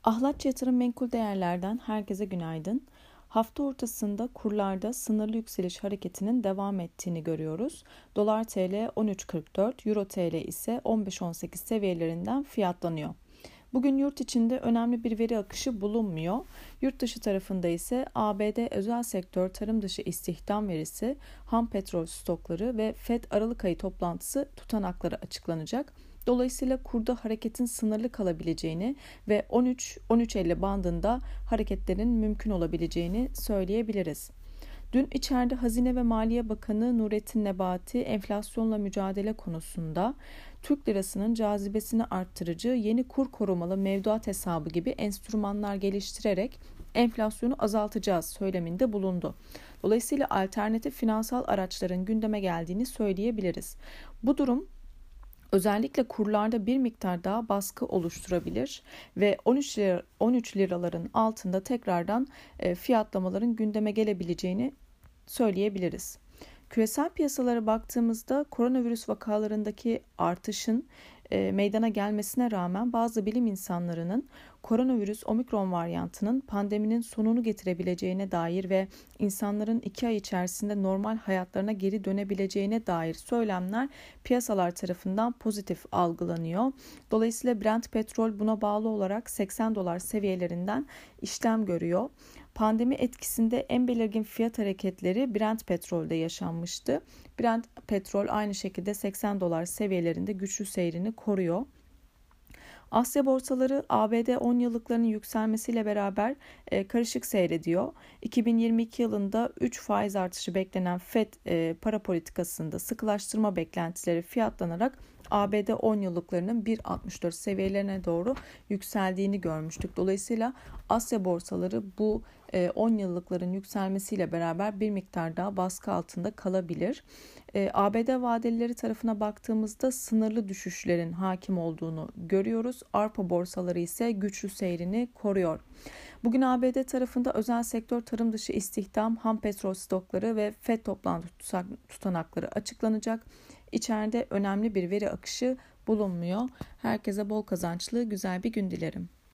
Ahlatçı Yatırım Menkul Değerler'den herkese günaydın. Hafta ortasında kurlarda sınırlı yükseliş hareketinin devam ettiğini görüyoruz. Dolar TL 13.44, Euro TL ise 15.18 seviyelerinden fiyatlanıyor. Bugün yurt içinde önemli bir veri akışı bulunmuyor. Yurt dışı tarafında ise ABD özel sektör tarım dışı istihdam verisi, ham petrol stokları ve FED Aralık ayı toplantısı tutanakları açıklanacak. Dolayısıyla kurda hareketin sınırlı kalabileceğini ve 13-13.50 bandında hareketlerin mümkün olabileceğini söyleyebiliriz. Dün içeride Hazine ve Maliye Bakanı Nurettin Nebati enflasyonla mücadele konusunda Türk lirasının cazibesini arttırıcı yeni kur korumalı mevduat hesabı gibi enstrümanlar geliştirerek enflasyonu azaltacağız söyleminde bulundu. Dolayısıyla alternatif finansal araçların gündeme geldiğini söyleyebiliriz. Bu durum özellikle kurlarda bir miktar daha baskı oluşturabilir ve 13 liraların altında tekrardan fiyatlamaların gündeme gelebileceğini söyleyebiliriz. Küresel piyasalara baktığımızda koronavirüs vakalarındaki artışın meydana gelmesine rağmen bazı bilim insanlarının koronavirüs omikron varyantının pandeminin sonunu getirebileceğine dair ve insanların 2 ay içerisinde normal hayatlarına geri dönebileceğine dair söylemler piyasalar tarafından pozitif algılanıyor. Dolayısıyla Brent petrol buna bağlı olarak $80 seviyelerinden işlem görüyor. Pandemi etkisinde en belirgin fiyat hareketleri Brent petrolde yaşanmıştı. Brent petrol aynı şekilde $80 seviyelerinde güçlü seyrini koruyor. Asya borsaları ABD 10 yıllıklarının yükselmesiyle beraber karışık seyrediyor. 2022 yılında 3 faiz artışı beklenen FED para politikasında sıkılaştırma beklentileri fiyatlanarak ABD 10 yıllıklarının 1.64 seviyelerine doğru yükseldiğini görmüştük. Dolayısıyla Asya borsaları bu 10 yıllıkların yükselmesiyle beraber bir miktar daha baskı altında kalabilir. ABD vadelileri tarafına baktığımızda sınırlı düşüşlerin hakim olduğunu görüyoruz. Avrupa borsaları ise güçlü seyrini koruyor. Bugün ABD tarafında özel sektör tarım dışı istihdam, ham petrol stokları ve FED toplantı tutanakları açıklanacak. İçeride önemli bir veri akışı bulunmuyor. Herkese bol kazançlı güzel bir gün dilerim.